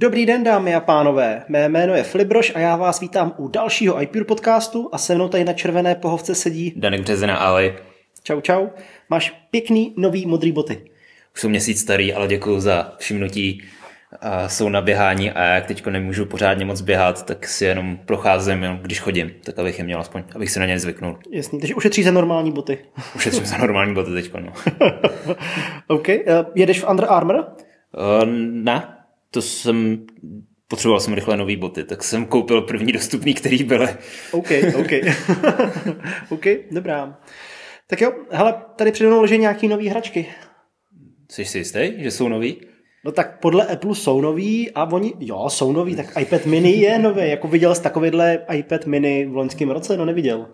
Dobrý den, dámy a pánové. Mé jméno je Filip Brož a já vás vítám u dalšího iPure podcastu a se mnou tady na červené pohovce sedí Danek Březina, ahoj. Čau, čau. Máš pěkný nový modrý boty. Už jsou měsíc starý, ale děkuju za všimnutí. Jsou na běhání a jak teďko nemůžu pořádně moc běhat, tak si jenom procházím, jenom když chodím, tak abych je měl aspoň, abych si na ně zvyknul. Jasný, takže ušetří za normální boty. Ušetřím za normální boty teďko, no. OK, jedeš v Under Armour? Ne, potřeboval jsem rychle nový boty, tak jsem koupil první dostupný, který byly. OK. OK, dobrá. Tak jo, hele, tady přede mnou leží nějaký nový hračky. Jsi si jistý, že jsou nový? No tak podle Apple jsou nový a oni, jo, jsou nový, tak iPad mini je nový. Jako viděl jsi takovýhle iPad mini v loňském roce? No neviděl.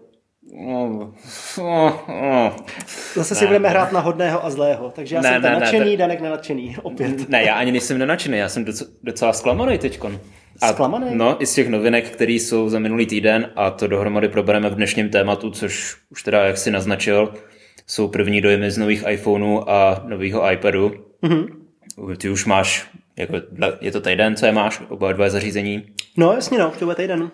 Zase si budeme hrát na hodného a zlého, takže já jsem ten nadšený, Danek nenadšený, opět. Ne, já ani nejsem nenadšený, já jsem docela zklamaný teďkon. Zklamaný? No, i z těch novinek, které jsou za minulý týden a to dohromady probereme v dnešním tématu, což už teda, jak jsi naznačil, jsou první dojmy z nových iPhoneů a nového iPadu. Mm-hmm. Ty už máš, jako, je to týden, co je máš, oba dva zařízení? No jasně, no, už to bude týden.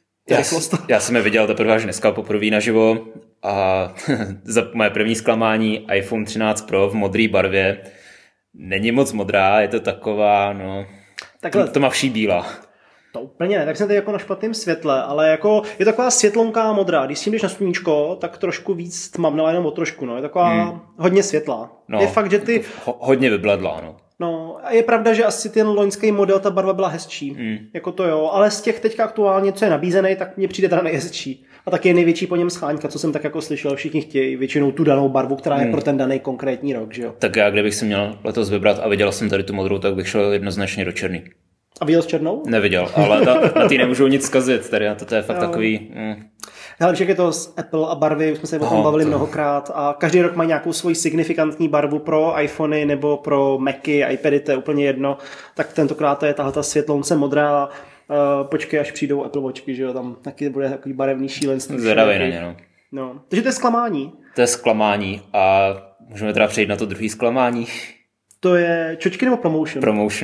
Já jsem je viděl teprve až dneska poprvé naživo a za moje první zklamání iPhone 13 Pro v modré barvě. Není moc modrá, je to taková, no, to má vší bílá. To úplně ne, tak jsem tady jako na špatném světle, ale jako je taková světlonká modrá. Když si jdeš na sluníčko, tak trošku víc tmavnala, jenom o trošku, no, je taková hodně světlá. No, je fakt, že ty... Hodně vybledlá, no. No, a je pravda, že asi ten loňský model, ta barva byla hezčí. Jako to jo, ale z těch teďka aktuálně, co je nabízený, tak mně přijde teda nejhezčí. A taky je největší po něm scháňka, co jsem tak jako slyšel, všichni chtějí většinou tu danou barvu, která je pro ten daný konkrétní rok, že jo. Tak já, kdybych si měl letos vybrat a viděl jsem tady tu modrou, tak bych šel jednoznačně do černý. A viděl jsi černou? Neviděl, ale na tý nemůžu nic zkazit, tady to je fakt takový... Hele, však je to z Apple a barvy, už jsme se o tom bavili mnohokrát a každý rok mají nějakou svoji signifikantní barvu pro iPhony nebo pro Macy, iPady, to je úplně jedno, tak tentokrát to je tahle světlonce modrá. Počkej, až přijdou Apple Watchky, že jo, tam taky bude takový barevný šílenství. Zvědavej na ně, no. No. Takže to je zklamání. To je zklamání a můžeme teda přejít na to druhý zklamání. To je čočky nebo promotion?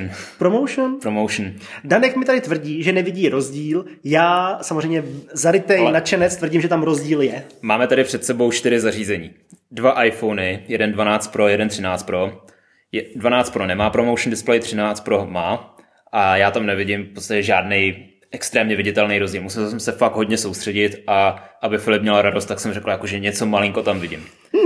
Promotion. Danek mi tady tvrdí, že nevidí rozdíl. Já samozřejmě zarytej nadšenec tvrdím, že tam rozdíl je. Máme tady před sebou 4 zařízení. 2 iPhony, jeden 12 Pro, jeden 13 Pro. 12 Pro nemá promotion display, 13 Pro má. A já tam nevidím v podstatě žádný extrémně viditelný rozdíl. Musel jsem se fakt hodně soustředit a aby Filip měl radost, tak jsem řekl, jako, že něco malinko tam vidím.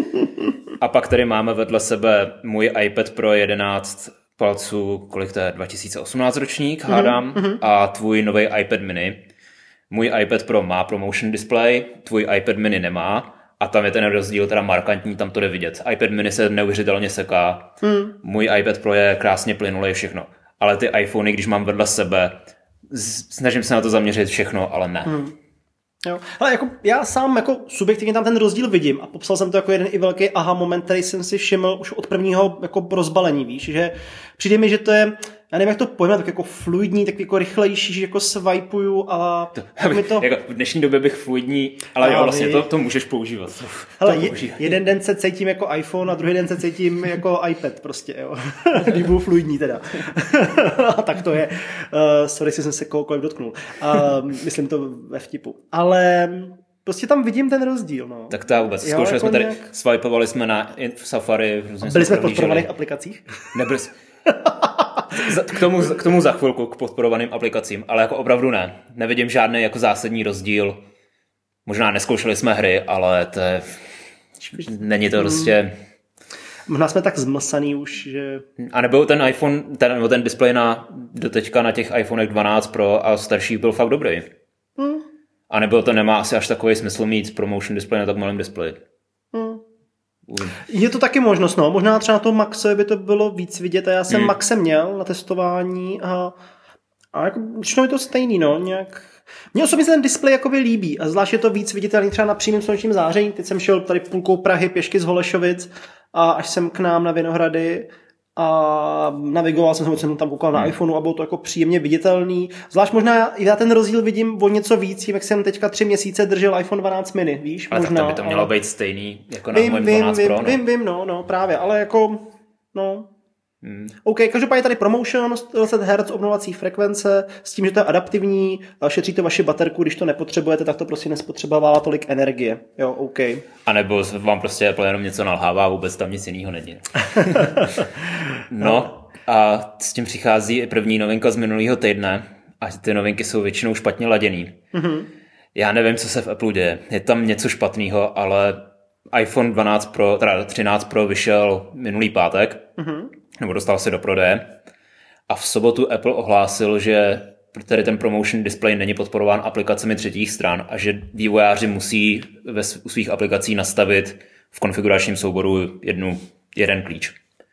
A pak tady máme vedle sebe můj iPad Pro 11 palců, kolik to je, 2018 ročník, hádám, a tvůj nový iPad mini. Můj iPad Pro má promotion display, tvůj iPad mini nemá a tam je ten rozdíl teda markantní, tam to jde vidět. iPad mini se neuvěřitelně seká, můj iPad Pro je krásně plynulý všechno. Ale ty iPhony, když mám vedle sebe, snažím se na to zaměřit všechno, ale ne. Jo. Ale jako já sám jako subjektivně tam ten rozdíl vidím a popsal jsem to jako jeden i velký aha moment, který jsem si všiml už od prvního jako rozbalení, víš, že přijde mi, že to je, já nevím, jak to pojmenovat, tak jako fluidní, tak jako rychlejší, že jako swipuju a mi to... Jako v dneční době bych fluidní, ale jo, vlastně to můžeš používat. Hele, jeden den se cítím jako iPhone a druhý den se cítím jako iPad prostě, jo. Když budu fluidní teda. A tak to je. Sorry, si jsem se kohokoliv dotknul. Myslím to ve vtipu. Ale prostě tam vidím ten rozdíl, no. Tak to vůbec. Zkoušeli jako jsme tady, swipovali jsme v Safari. Byli jsme v podporovaných aplikacích? Nebyli K tomu za chvilku, k podporovaným aplikacím, ale jako opravdu ne. Nevidím žádný jako zásadní rozdíl. Možná neskoušeli jsme hry, ale to je... Není to prostě... Možná jsme tak zmlsaný už, že... A nebo ten iPhone, ten displej doteďka na těch iPhonech 12 Pro a starších byl fakt dobrý. A nebo to nemá asi až takový smysl mít promotion display na tak malém displeji. Je to taky možnost, no. Možná třeba na tom Maxe by to bylo víc vidět a já jsem Maxe měl na testování a jako všechno je to stejný, no. Nějak... Mně osobně se ten displej jakoby líbí a zvlášť je to víc viditelný třeba na přímém slunečním záření. Teď jsem šel tady půlkou Prahy pěšky z Holešovic a až jsem k nám na Vinohrady a navigoval jsem tam koukal na iPhoneu a bylo to jako příjemně viditelný. Zvlášť možná já ten rozdíl vidím o něco víc, jak jsem teďka 3 měsíce držel iPhone 12 mini, víš? Ale možná, tak to by to mělo být stejný jako na mojím 12 Pro, ne? Vím, no, právě, ale jako, no. OK, každopádně tady promotion, 120 Hz obnovací frekvence, s tím, že to je adaptivní, šetří to vaši baterku, když to nepotřebujete, tak to prostě nespotřebovává tolik energie. Jo, OK. A nebo vám prostě Apple jenom něco nalhává, vůbec tam nic jiného není. No a s tím přichází i první novinka z minulého týdne a ty novinky jsou většinou špatně laděný. Já nevím, co se v Apple děje. Je tam něco špatného, ale iPhone 12 Pro, teda 13 Pro vyšel minulý pátek, nebo dostal se do prodeje. A v sobotu Apple ohlásil, že tady ten promotion display není podporován aplikacemi třetích stran a že vývojáři musí u svých aplikací nastavit v konfiguračním souboru jeden klíč.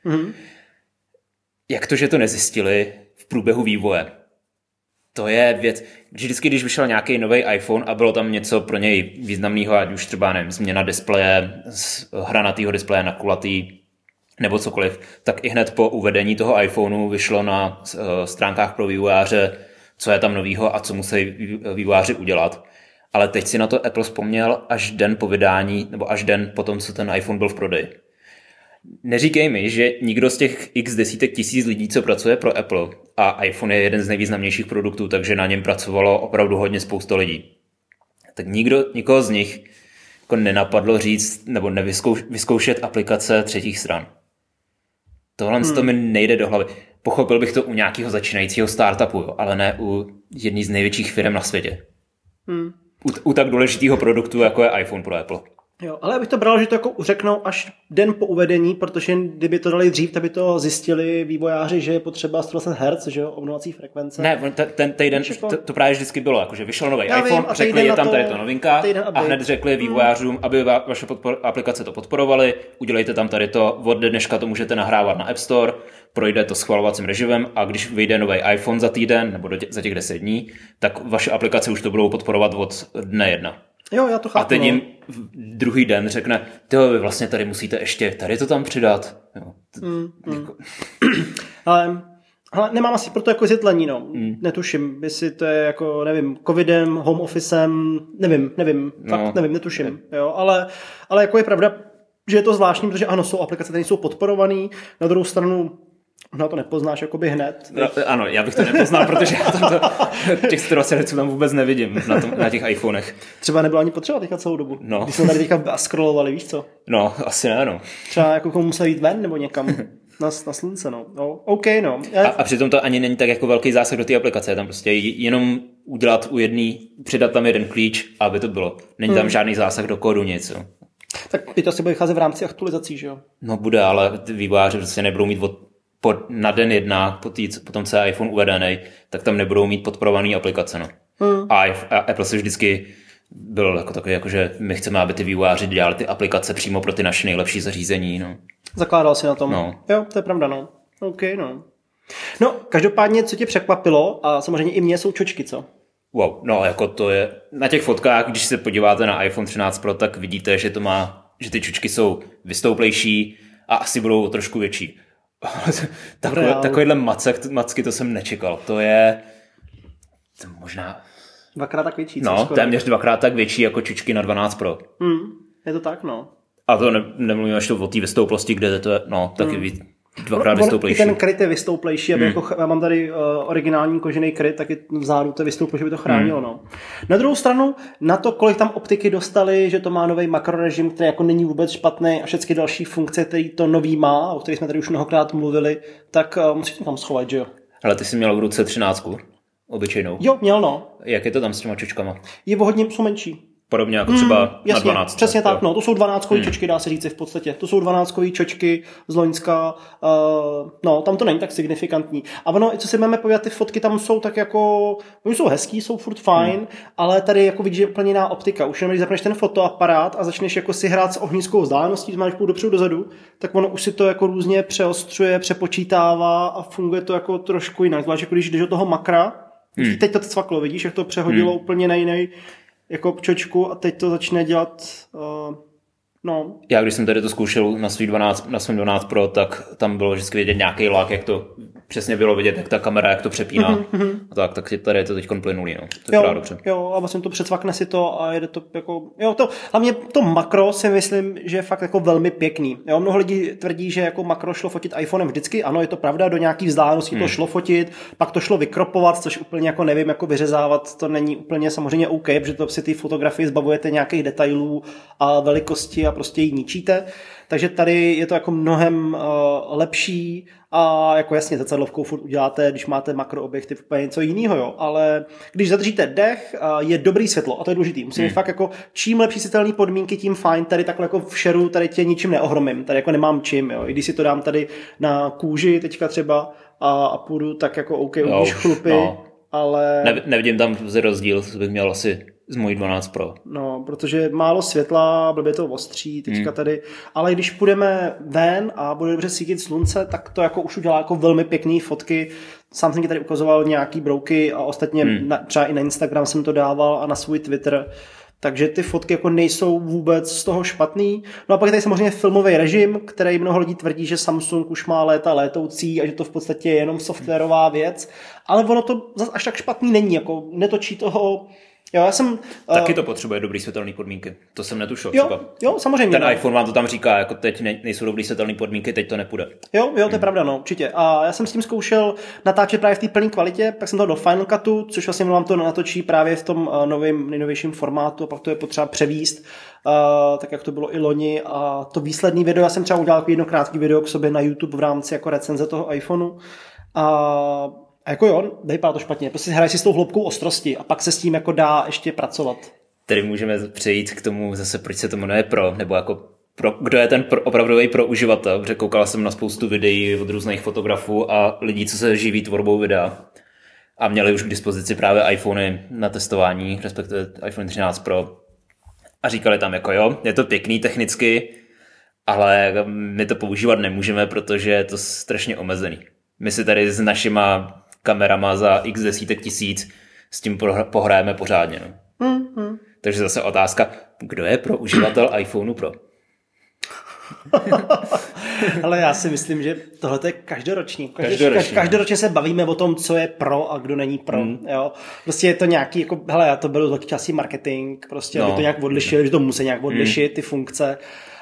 Jak to, že to nezjistili v průběhu vývoje? To je věc, vždycky, když vyšel nějaký nový iPhone a bylo tam něco pro něj významného, ať už třeba, nevím, změna displeje, z hranatýho displeje na kulatý, nebo cokoliv, tak i hned po uvedení toho iPhoneu vyšlo na stránkách pro vývojáře, co je tam novýho a co musí vývojáři udělat. Ale teď si na to Apple vzpomněl až den po vydání, nebo až den po tom, co ten iPhone byl v prodeji. Neříkej mi, že nikdo z těch x desítek tisíc lidí, co pracuje pro Apple, a iPhone je jeden z nejvýznamnějších produktů, takže na něm pracovalo opravdu hodně spousta lidí. Tak nikoho z nich jako nenapadlo říct nebo vyzkoušet aplikace třetích stran. Tohle to mi nejde do hlavy. Pochopil bych to u nějakého začínajícího startupu, jo, ale ne u jedné z největších firm na světě. U tak důležitého produktu, jako je iPhone pro Apple. Jo, ale já bych to bral, že to jako řeknou až den po uvedení, protože kdyby to dali dřív, tak by to zjistili vývojáři, že je potřeba 120 Hz, že jo, obnovací frekvence. Ne, ten týden to právě vždycky bylo, jakože vyšel nový iPhone, řekli, je tam tady to novinka a hned řekli vývojářům, aby vaše aplikace to podporovaly, udělejte tam tady to, od dneška to můžete nahrávat na App Store, projde to schvalovacím režimem a když vyjde nový iPhone za týden nebo za těch 10 dní, tak vaše aplikace už to budou podporovat od dne 1. Jo, já to chápu. A teď jim druhý den řekne, vy vlastně tady musíte ještě tady to tam přidat. Jo. Ale nemám asi pro to jako zjetlení, no. Netuším, jestli to je jako, nevím, covidem, home officem, nevím, fakt nevím, netuším. Jo, ale jako je pravda, že je to zvláštní, protože ano, jsou aplikace, které jsou podporované, na druhou stranu no to nepoznáš jakoby hned. No, ano, já bych to nepoznal, protože já tam těch 120 Hz tam vůbec nevidím na těch iPhonech. Třeba nebylo ani potřeba teďka celou dobu. No. Když jsme tady teďka scrollovali, víš co? No, asi ne, no. Třeba jako komu musel jít ven nebo někam na slunce, no. OK, no. A přitom to ani není tak jako velký zásah do té aplikace, tam prostě jenom udělat u jedný, přidat tam jeden klíč, aby to bylo. Není tam žádný zásah do kódu, nic, jo. Tak ty to asi bude vycházet v rámci aktualizací, že jo? No bude, ale vývojáři prostě nebudou mít na den 1, po tom, co je iPhone uvedený, tak tam nebudou mít podporované aplikace. No. A Apple se vždycky byl jako takový, jako, že my chceme, aby ty vývojáři dělali ty aplikace přímo pro ty naše nejlepší zařízení. No. Zakládal si na tom. No. Jo, to je pravda, no. OK, no. No, každopádně, co tě překvapilo, a samozřejmě i mě, jsou čočky, co? Wow, no jako to je, na těch fotkách, když se podíváte na iPhone 13 Pro, tak vidíte, že ty čočky jsou vystouplejší a asi budou trošku větší. Takovýhle macky to jsem nečekal. To je možná... Dvakrát tak větší. No, téměř dvakrát tak větší jako čočky na 12 Pro. Je to tak, no. A to nemluvím ještě o té vystouplosti, kde to je, no, taky dvakrát vystouplejší. I ten kryt je vystouplejší, aby jako, já mám tady originální kožený kryt, tak je vzadu to vystouplejší, aby to chránilo, no. Na druhou stranu, na to, kolik tam optiky dostali, že to má nový makrorežim, který jako není vůbec špatný a všechny další funkce, který to nový má, o kterých jsme tady už mnohokrát mluvili, tak musíš to tam schovat, že jo. Ale ty jsi měl v ruce 13, obyčejnou. Jo, měl, no. Jak je to tam s těma čočkama? Je o hodně menší. Podobně jako třeba jasně, na 12. Přesně tak, no, to jsou 12kový čočky, dá se říct v podstatě. To jsou 12kový čočky z loňska, no, tam to není tak signifikantní. A ono, co si máme povědět, ty fotky tam jsou tak jako, oni jsou hezký, jsou furt fajn, ale tady jako vidíš, že je úplně jiná optika. Už jenom když zapneš ten fotoaparát a začneš jako si hrát s ohniskou vzdáleností, máš půl dopředu dozadu, tak ono už si to jako různě přeostřuje, přepočítává a funguje to jako trošku jinak. Zvlášť jako když jdeš do toho makra, teď to cvaklo, vidíš, jak to přehodilo úplně na jiný jako čočku a teď to začne dělat, no. Já když jsem tady to zkoušel na svým 12 Pro, tak tam bylo vždycky vidět nějaký lak, jak to přesně bylo vidět, jak ta kamera, jak to přepíná. A tak tady je to teď plynulý, no. To vypadá dobře. Jo, a vlastně to přecvakne si to a jede to jako, jo, to, hlavně to makro si myslím, že je fakt jako velmi pěkný. Jo, mnoho lidí tvrdí, že jako makro šlo fotit iPhonem vždycky, ano, je to pravda, do nějaký vzdálenosti to šlo fotit, pak to šlo vykropovat, což úplně jako nevím, jako vyřezávat, to není úplně samozřejmě OK, protože to si ty fotografie zbavujete nějakých detailů a velikosti a prostě ji ničíte. Takže tady je to jako mnohem lepší a jako jasně zrcadlovkou furt uděláte, když máte makroobjektiv úplně něco jiného, jo, ale když zadržíte dech, je dobrý světlo a to je důležitý. Musím fakt jako čím lepší světelné podmínky, tím fajn. Tady takhle jako v šeru, tady tě ničím neohromím, tady jako nemám čím, jo. I když si to dám tady na kůži teďka třeba a půjdu tak jako OK, uvidíš chlupy, no. Ale... Nevidím tam rozdíl, co bych měl asi z mojí 12 Pro. No, protože málo světla, blbě to ostří teďka tady, ale když půjdeme ven a bude dobře svítit slunce, tak to jako už udělá jako velmi pěkný fotky. Sám jsem ti tady ukazoval nějaký brouky a ostatně třeba i na Instagram jsem to dával a na svůj Twitter. Takže ty fotky jako nejsou vůbec z toho špatný. No a pak je tady samozřejmě filmový režim, který mnoho lidí tvrdí, že Samsung už má léta létoucí a že to v podstatě je jenom softwarová věc. Ale ono to zase až tak špatný není, jako netočí toho. Jo, já jsem... Taky to potřebuje dobrý světelné podmínky. To jsem netušil třeba. Jo, samozřejmě. Ten iPhone vám to tam říká, jako teď nejsou dobrý světelné podmínky, teď to nepůjde. Jo, to je pravda, no, určitě. A já jsem s tím zkoušel natáčet právě v té plné kvalitě, pak jsem to do Final Cutu, což vlastně vám to natočí právě v tom nejnovějším formátu a pak to je potřeba převíst, tak jak to bylo i loni. A to výsledný video, já jsem třeba udělal jedno krátký video k sobě na YouTube v rámci jako recenze toho iPhoneu. A jako jo, nevypadá to špatně, prostě hraj si s tou hloubkou ostrosti a pak se s tím jako dá ještě pracovat. Tedy můžeme přejít k tomu zase, proč se to jmenuje Pro, nebo jako kdo je ten opravdový pro uživatel, protože koukal jsem na spoustu videí od různých fotografů a lidí, co se živí tvorbou videa a měli už k dispozici právě iPhony na testování, respektive iPhone 13 Pro a říkali tam jako jo, je to pěkný technicky, ale my to používat nemůžeme, protože je to strašně omezený. My si tady s našima kamerama za x desítek tisíc s tím pohrajeme pořádně. No. Takže zase otázka, kdo je pro uživatel iPhoneu Pro? Ale já si myslím, že tohle je každoroční. Každoročně se bavíme o tom, co je pro a kdo není pro. Jo? Prostě je to nějaký, jako, hele, já to beru taky časí marketing, prostě aby to nějak odlišili, že to musí nějak odlišit, ty funkce.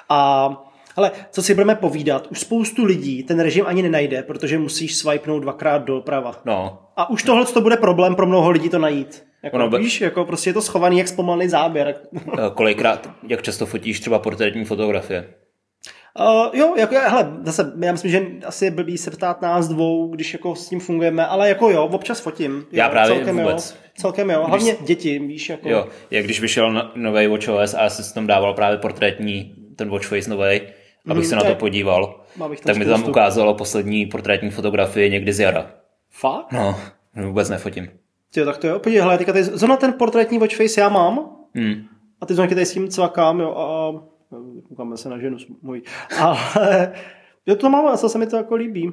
Ale co si budeme povídat, už spoustu lidí ten režim ani nenajde, protože musíš swipenout dvakrát doprava. No. A už tohle to bude problém pro mnoho lidí to najít. Jako, víš, jako prostě je to schovaný jak zpomalený záběr. Kolikrát, jak často fotíš třeba portrétní fotografie? Jo, jako, hele, zase, já myslím, že asi je blbý se ptát nás dvou, když jako s tím fungujeme, ale jako jo, občas fotím. Já jo, právě vůbec. Celkem jo, hlavně děti, víš. Jako... Jo, jak když vyšel nový WatchOS a já jsem tam dával právě portrétní, ten Watchface nový, abych se na to podíval, tak mi tam ukázalo poslední portrétní fotografii někdy z jara. Fakt? No, vůbec nefotím. Jo, tak to jo, podívej, hele, teďka tady, zrovna ten portrétní Watchface já mám a ty zrovna tady s tím cvakám, jo, a koukáme se na ženu mojí, ale jo, to mám, a se mi to jako líbí.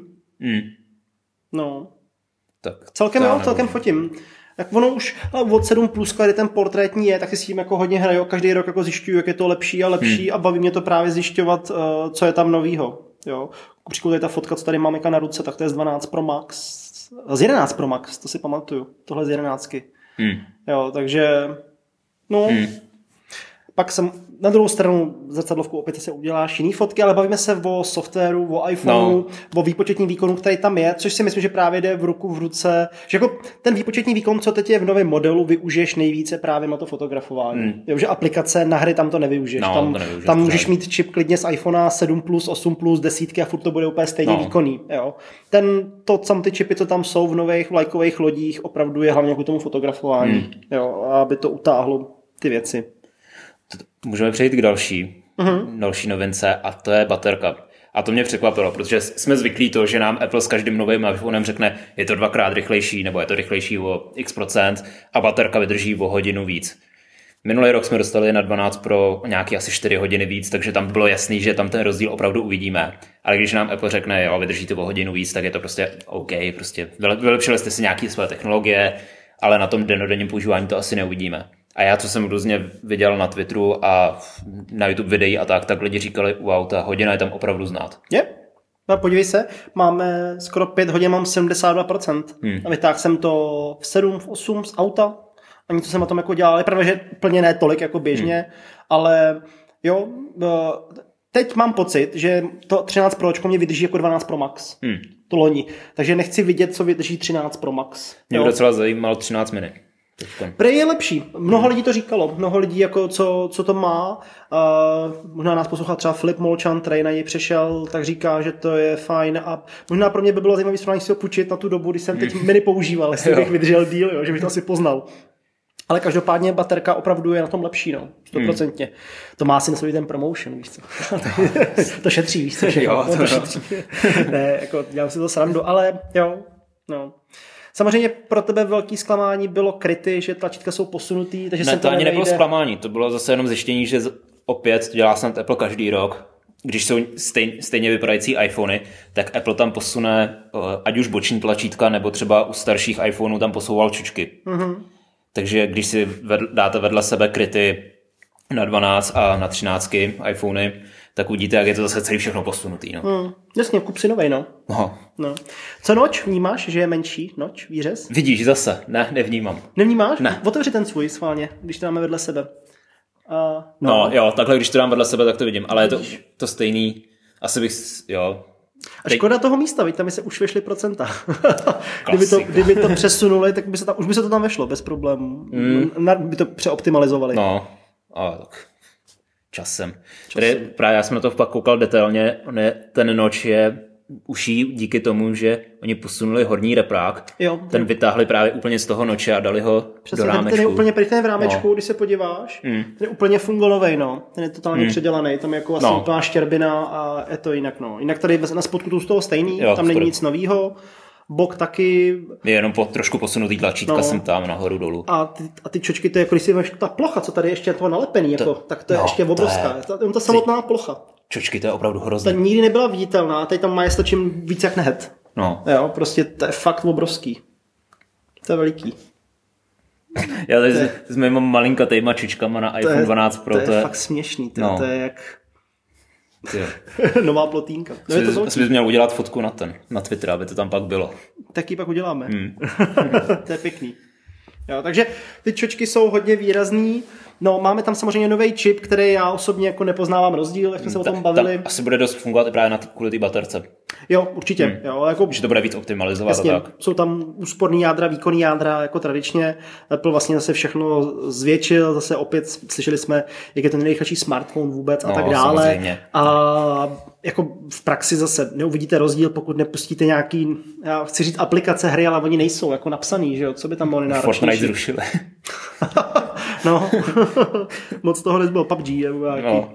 No. Tak celkem fotím. Tak ono už od 7 plus, kdy ten portrétní je, tak si s tím jako hodně hraju, každý rok jako zjišťuju, jak je to lepší a lepší a baví mě to právě zjišťovat, co je tam novýho. Jo. Příklad je ta fotka, co tady mám na ruce, tak to je z 12 Pro Max, z 11 Pro Max, to si pamatuju, tohle z 11. Jo, takže no, pak jsem na druhou stranu zrcadlovku opět se uděláš jiný fotky, ale bavíme se o softwaru, o iPhoneu, o výpočetním výkonu, který tam je, což si myslím, že právě jde v ruku v ruce, že jako ten výpočetní výkon, co teď je v novém modelu, využiješ nejvíce právě na to fotografování. Jo, že aplikace na hry tam to nevyužiješ. Tam můžeš mít čip klidně z iPhonea 7 plus, 8 plus, desítky a furt to bude úplně stejně výkonný. Jo. Ty čipy, co tam jsou v nových vlajkových lodích, opravdu je hlavně k tomu fotografování, jo, aby to utáhlo ty věci. Můžeme přejít k další novince a to je baterka. A to mě překvapilo, protože jsme zvyklí to, že nám Apple s každým novým iPhonem řekne, je to 2x rychlejší, nebo je to rychlejší o x% a baterka vydrží o hodinu víc. Minulý rok jsme dostali na 12 Pro nějaký asi 4 hodiny víc, takže tam bylo jasný, že tam ten rozdíl opravdu uvidíme. Ale když nám Apple řekne, jo, vydrží to o hodinu víc, tak je to prostě OK, prostě vylepšili jste si nějaké své technologie, ale na tom dennodenním používání to asi neuvidíme. A já, co jsem různě viděl na Twitteru a na YouTube videí a tak lidi říkali, wow, ta hodina je tam opravdu znát. No, podívej se, máme skoro 5 hodin, mám 72%. A vytáhl jsem to v 7, v 8 z auta. A něco jsem na tom jako dělal. Je pravda, že úplně ne tolik jako běžně, ale jo, teď mám pocit, že to 13 Pročko mě vydrží jako 12 Pro Max. To loni. Takže nechci vidět, co vydrží 13 Pro Max. Mě docela zajímalo 13 mini. Prej je lepší. Mnoho lidí to říkalo. Mnoho lidí, jako co to má. Možná nás poslouchal třeba Filip Molčan, který na něj přešel, tak říká, že to je fajn. A možná pro mě by bylo zajímavé srovnání si ho půjčit na tu dobu, kdy jsem teď mini používal, jestli bych vydržel díl, jo, že bych to asi poznal. Ale každopádně baterka opravdu je na tom lepší, no. 100%. To má asi na svůj ten promotion, víš co. To šetří, víš co, že jo. To šetří. Ne, jako dělám si to srandu, ale jo, no. Samozřejmě pro tebe velký zklamání bylo kryty, že tlačítka jsou posunutý, takže ne, to ani nebylo zklamání, to bylo zase jenom zjištění, že opět to dělá snad Apple každý rok. Když jsou stejně vypadající iPhony, tak Apple tam posune ať už boční tlačítka, nebo třeba u starších iPhoneů tam posouval čučky. Takže když si dáte vedle sebe kryty na 12 a na 13 iPhony, tak uvidíte, jak je to zase celý všechno posunutý. No. Jasně, kup si novej, no. No. Co noč? Vnímáš, že je menší noč, výřez? Vidíš zase? Ne, nevnímám. Nevnímáš? Ne. Otevři ten svůj schválně, když to dáme vedle sebe. No jo, takhle, když to dám vedle sebe, tak to vidím. Ale je to stejný. Asi bych, jo. A škoda toho místa, viď, tam by se už vešly procenta. kdyby to přesunuli, tak by se tam, už by se to tam vešlo bez problémů. By to přeoptimalizovali. No, ale tak časem. Tady právě já jsem na to pak koukal detailně, ten noč je uší díky tomu, že oni posunuli horní reprák. Jo, ten vytáhli právě úplně z toho noče a dali ho do rámečku. Ten je úplně prychný v rámečku, když se podíváš. Ten je úplně fungolovej, no. Ten je totálně předělaný, tam je jako asi úplná štěrbina a je to jinak, no. Jinak tady na spodku to z toho stejný, tam není nic novýho. Bok taky. Je jenom trošku posunutý tlačítka sem tam nahoru dolů. A ty čočky, to je jako když si ta plocha, co tady ještě je toho nalepený, jako, tak to je ještě obrovská. Ta samotná plocha. Čočky, to je opravdu hrozné. Ta nikdy nebyla viditelná, teď tam má jestli čím víc jak nehet. No. Jo, prostě to je fakt obrovský. To je veliký. Já tady s mýma malinkatýma čočkama na iPhone 12 Pro. To je fakt směšný, to je jak nová plotínka. Asi bys měl udělat fotku na Twitter, aby to tam pak bylo. Tak ji pak uděláme. To je pěkný. Jo, takže ty čočky jsou hodně výrazný. No, máme tam samozřejmě nový čip, který já osobně jako nepoznávám rozdíl, jak jsme se o tom bavili. Asi bude dost fungovat i právě kvůli té baterce. Jo, určitě. Jo, jako, že to bude víc optimalizovat. Jasně, a tak. Jsou tam úsporný jádra, výkonný jádra, jako tradičně. Apple vlastně zase všechno zvětšil, zase opět slyšeli jsme, jak je to nejrychlejší smartphone vůbec a tak dále. Samozřejmě. A jako v praxi zase neuvidíte rozdíl, pokud nepustíte nějaký, já chci říct aplikace hry, ale oni nejsou jako napsaný, že jo, co by tam bylo nejnáročnější. Fortnite zrušili. No, moc toho nezbylo, PUBG nebo nějaký.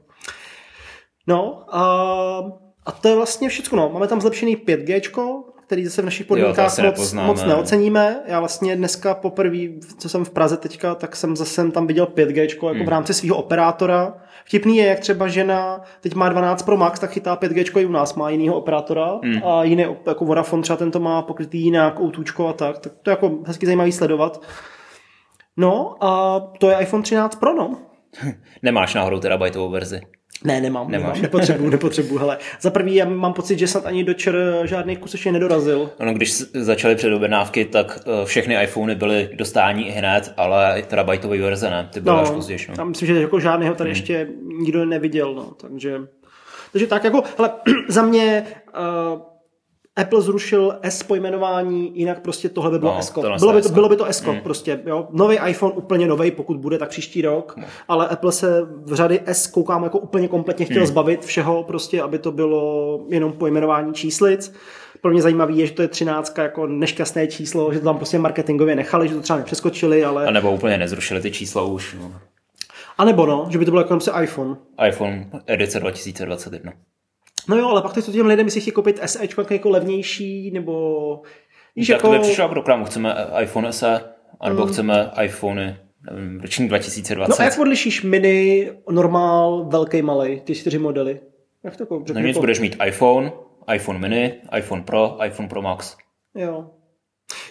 No a to je vlastně všechno. No. Máme tam zlepšený 5G, který zase v našich podmínkách moc neoceníme. Já vlastně dneska poprvé, co jsem v Praze teďka, tak jsem zase tam viděl 5G jako v rámci svého operátora. Vtipný je, jak třeba žena teď má 12 Pro Max, tak chytá 5G i u nás, má jinýho operátora a jiný, jako Vodafone třeba tento má pokrytý jinak, O2 a tak to je jako hezky zajímavý sledovat. No a to je iPhone 13 Pro, no. Nemáš náhodou terabajtovou verzi? Ne, nemám. Nepotřebuji, hele. Za prvý, já mám pocit, že snad ani do žádný kus ještě nedorazil. Ono, když začaly předobjednávky, tak všechny iPhony byly k dostání hned, ale terabajtové verze ne, ty byly až později. No. Já myslím, že jako žádného tady ještě nikdo neviděl, no, takže tak jako, hele, za mě Apple zrušil S pojmenování, jinak prostě tohle by bylo S-ko. Bylo by to S-ko, prostě, jo. Nový iPhone, úplně novej, pokud bude, tak příští rok, ale Apple se v řady S, koukám, jako úplně kompletně chtěl zbavit všeho, prostě, aby to bylo jenom pojmenování číslic. Pro mě zajímavý je, že to je 13 jako nešťastné číslo, že to tam prostě marketingově nechali, že to třeba nepřeskočili, ale... A nebo úplně nezrušili ty čísla už, no. A nebo že by to bylo jako iPhone. iPhone edice 2021. No jo, ale pak teď to těm lidem, jestli chtějí koupit SE jako levnější, nebo... Tak jako... to by přišlo jako do krámu. Chceme iPhone SE, anebo chceme iPhony, nevím, ročník 2020. No a jak odlišíš mini, normál, velký, malej, ty 4 modely? Jak to řeknu? Budeš mít iPhone mini, iPhone Pro, iPhone Pro Max. Jo,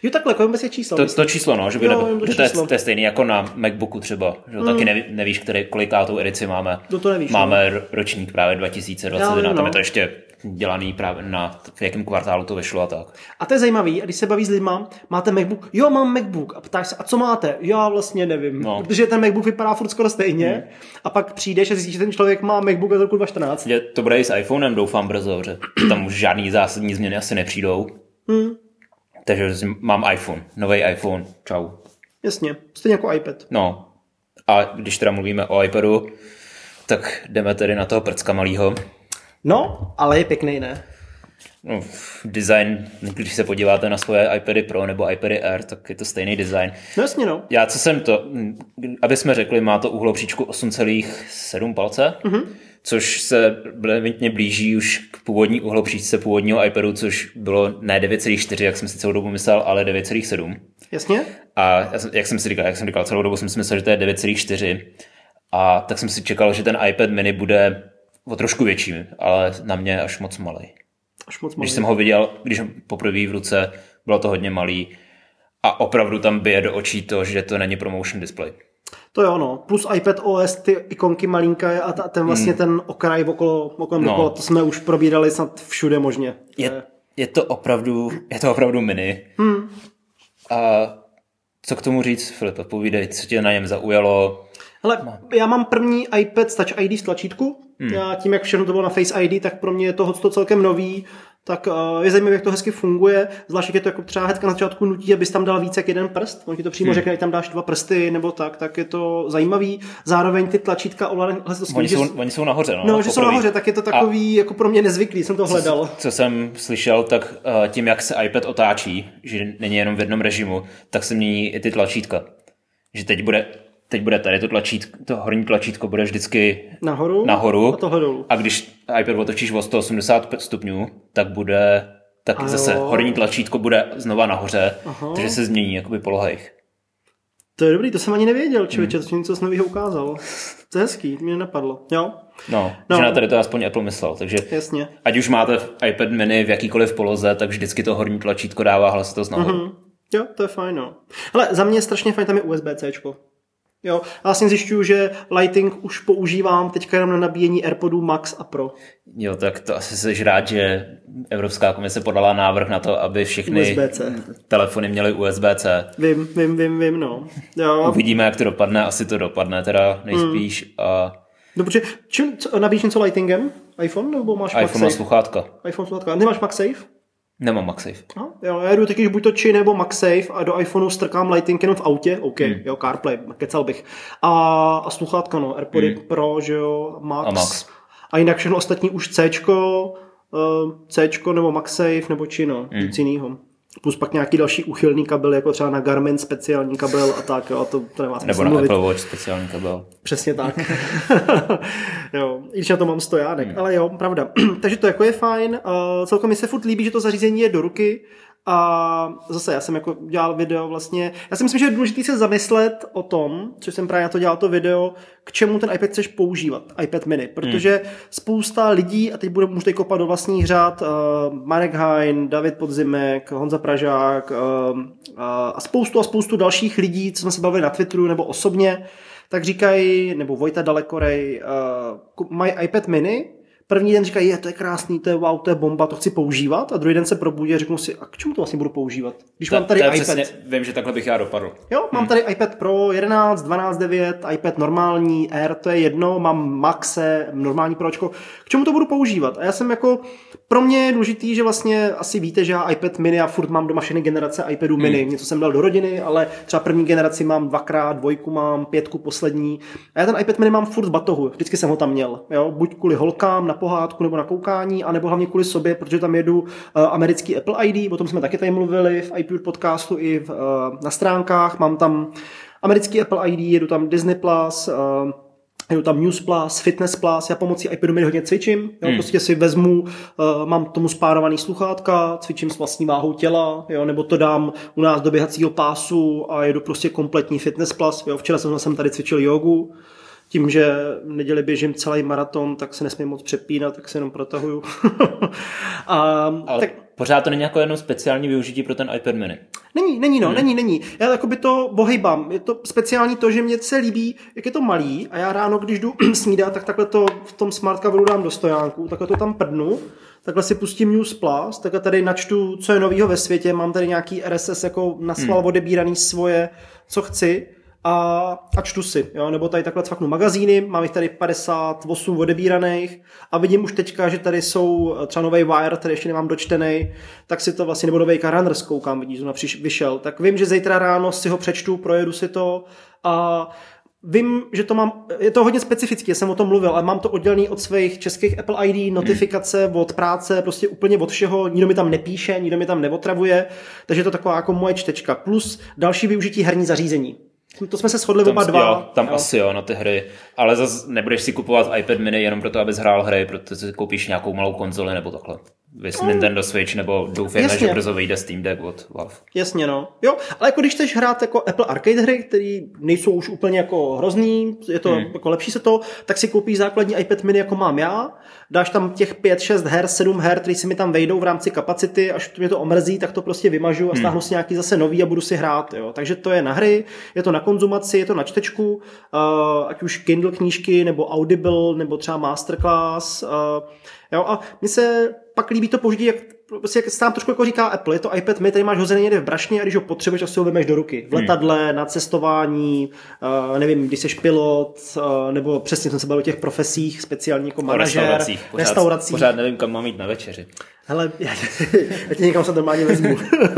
Jo, takhle, jako bez číslo. To číslo, no, že by to je stejný jako na MacBooku třeba, že taky nevíš, kolikátou edici máme. To nevíš, máme ročník právě 2021, tam je to ještě dělaný právě v jakém kvartálu to vyšlo a tak. A to je zajímavý, a když se baví s lidma, máte MacBook? Jo, mám MacBook. A ptáš se, a co máte? Já vlastně nevím, protože ten MacBook vypadá furt skoro stejně a pak přijdeš a zjistíš, že ten člověk má MacBook od roku 2014. To bude i s iPhonem, doufám brzo, že tam už žádný zásadní změny asi nepřijdou. Takže mám iPhone, nový iPhone, čau. Jasně, stejně jako iPad. No, a když teda mluvíme o iPadu, tak jdeme tedy na toho prcka malýho. No, ale je pěkný, ne? No, design, když se podíváte na svoje iPady Pro nebo iPady Air, tak je to stejný design. No jasně, no. Já, co jsem to, aby jsme řekli, má to úhlopříčku 8,7 palce, což se evidentně blíží už k původní úhlopříčce původního iPadu, což bylo ne 9,4, jak jsem si celou dobu myslel, ale 9,7. Jasně. A jak jsem říkal, celou dobu jsem si myslel, že to je 9,4. A tak jsem si čekal, že ten iPad mini bude o trošku větší, ale na mě až moc malý. Když jsem ho viděl, když poprvé v ruce, bylo to hodně malý a opravdu tam bije do očí to, že to není ProMotion display. To jo, no. Plus iPad OS, ty ikonky malinké a ten vlastně ten okraj okolo, to jsme už probírali snad všude možně. Je to opravdu mini. A co k tomu říct, Filipe, povídej, co tě na něm zaujalo? Hele, já mám první iPad s Touch ID v tlačítku. Já tím, jak všechno to bylo na Face ID, tak pro mě je to celkem nový. Tak je zajímavé, jak to hezky funguje. Zvlášť, jak je to jako třeba hnedka na začátku nutí, abys tam dal více jak jeden prst. On ti to přímo řekne, že tam dáš 2 prsty nebo tak je to zajímavý. Zároveň ty tlačítka Oni jsou nahoře, no. No, že jsou nahoře, tak je to takový jako pro mě nezvyklý, jsem to hledal. Co jsem slyšel, tak tím, jak se iPad otáčí, že není jenom v jednom režimu, tak se mění i ty tlačítka. Že teď bude tady to horní tlačítko bude vždycky nahoru a tohle dolů. A když iPad otočíš o 180 stupňů, tak zase horní tlačítko bude znova nahoře, takže se změní jakoby poloha jich. To je dobrý, to jsem ani nevěděl, člověče, to něco nového ukázal. To je hezký, mě nenapadlo. Jo? No, že na tady to aspoň Apple myslel, takže jasně. Ať už máte iPad mini v jakýkoliv poloze, tak vždycky to horní tlačítko dává hlasitost nahoru. Jo, to je fajn, no. Hele, za mě je strašně fajn, tam je USB-Cčko. Jo, vlastně zjišťuju, že Lighting už používám teďka jenom na nabíjení AirPodů Max a Pro. Jo, tak to asi jsi rád, že Evropská komise podala návrh na to, aby všechny telefony měly USB-C. Vím, no. Jo. Uvidíme, jak to dopadne, asi to dopadne teda nejspíš. Dobře, nabíjíš něco Lightingem? iPhone nebo máš MagSafe? iPhone má sluchátka. iPhone sluchátka. Nemáš MagSafe? Nemám MagSafe. Jo, já jdu taky buď to či nebo MagSafe a do iPhoneu strkám Lighting jenom v autě, jo, CarPlay, kecal bych. A sluchátka, no, AirPody Pro, že jo, Max. A jinak všechno ostatní už Cčko nebo MagSafe nebo či no, nic jinýho. Plus pak nějaký další uchylný kabel, jako třeba na Garmin speciální kabel a tak, jo, a to nemá smysl nebo na Apple Watch speciální kabel. Přesně tak. Jo, i když na to mám stojánek, ale jo, pravda. Takže to jako je fajn. Celkem mi se furt líbí, že to zařízení je do ruky. A zase já jsem jako dělal video vlastně, já si myslím, že je důležité se zamyslet o tom, což jsem právě na to dělal to video, k čemu ten iPad chceš používat, iPad mini, protože spousta lidí, a teď můžu tady kopat do vlastních řád, Marek Hein, David Podzimek, Honza Pražák a spoustu dalších lidí, co jsme se bavili na Twitteru nebo osobně, tak říkají, nebo Vojta Dalekorej, mají iPad mini. První den říkají, to je krásný, to je wow, to je bomba, to chci používat, a druhý den se probudí a řeknu si, a k čemu to vlastně budu používat? Když mám tady iPad. Přesně, vím, že takhle bych já dopadl. Jo, mám tady iPad Pro 11, 12, 9, iPad normální, Air, to je jedno, mám Maxe, normální Pročko. K čemu to budu používat? A já jsem jako, pro mě je důležitý, že vlastně asi víte, že já iPad mini a furt mám doma všechny generace iPadu mini. Něco jsem dal do rodiny, ale třeba první generaci mám 2x, 2 mám 5 poslední. A já ten iPad mini mám furt v batohu, vždycky jsem ho tam měl. Jo? Buď kvůli holkám, na pohádku nebo na koukání, anebo hlavně kvůli sobě, protože tam jedu americký Apple ID, o tom jsme taky tady mluvili v iPure podcastu i na stránkách. Mám tam americký Apple ID, jedu tam Disney+, jedu tam News+, Fitness+, já pomocí iPadu mini hodně cvičím, jo, prostě si vezmu, mám tomu spárovaný sluchátka, cvičím s vlastní váhou těla, jo, nebo to dám u nás do běhacího pásu a jedu prostě kompletní Fitness+, jo, včera jsem tady cvičil jogu, tím, že v neděli běžím celý maraton, tak se nesmím moc přepínat, tak se jenom protahuju. Ale tak pořád to není jako jenom speciální využití pro ten iPad mini. Není. Já jakoby to bohejbám. Je to speciální to, že mě se líbí, jak je to malý a já ráno, když jdu snídat, tak takhle to v tom smart coveru dám do stojánku, takhle to tam prdnu, takhle si pustím News Plus, takhle tady načtu, co je novýho ve světě, mám tady nějaký RSS jako na schvál odebíraný svoje, co chci a čtu si, jo? Nebo tady takhle cvaknu magazíny, mám jich tady 58 odebíraných a vidím už teďka, že tady jsou třeba nový Wire, který ještě nemám dočtený, tak si to vlastně, nebo nový Runners koukám, vidíš, že vyšel, tak vím, že zítra ráno si ho přečtu, projedu si to a vím, že to mám, je to hodně specifické, jsem o tom mluvil, ale mám to oddělený od svých českých Apple ID, notifikace, od práce, prostě úplně od všeho, nikdo mi tam nepíše, nikdo mi tam neotravuje, takže je to taková jako moje čtečka, plus další využití herní zařízení. To jsme se shodli oba dva. Jo, tam asi jo, na ty hry. Ale zase nebudeš si kupovat iPad mini jenom proto, abys hrál hry, protože si koupíš nějakou malou konzoli nebo takhle. Vys Nintendo Switch nebo doufejme, že brzo vyjde Steam Deck od Valve. Jasně, no. Jo, ale jako když chceš hrát jako Apple Arcade hry, které nejsou už úplně jako hrozný, je to jako lepší se to, tak si koupíš základní iPad mini, jako mám já, dáš tam těch 5, 6 her, 7 her, které si mi tam vejdou v rámci kapacity, až mě to omrzí, tak to prostě vymažu a stáhnu si nějaký zase nový a budu si hrát, jo. Takže to je na hry, je to na konzumaci, je to na čtečku, ať už Kindle knížky, nebo Audible, nebo třeba Masterclass, jo, a mně se pak líbí to použití, jak se tam trošku jako říká Apple, je to iPad mini, tady máš hozený někde v brašně a když ho potřebuješ, tak si ho vemeš do ruky. V letadle, na cestování, nevím, když jsi pilot, nebo přesně jsem se bavil o těch profesích, speciálně jako manažer, restauracích. Pořád nevím, kam mám jít na večeři. Hele, já tě někam se normálně vezmu.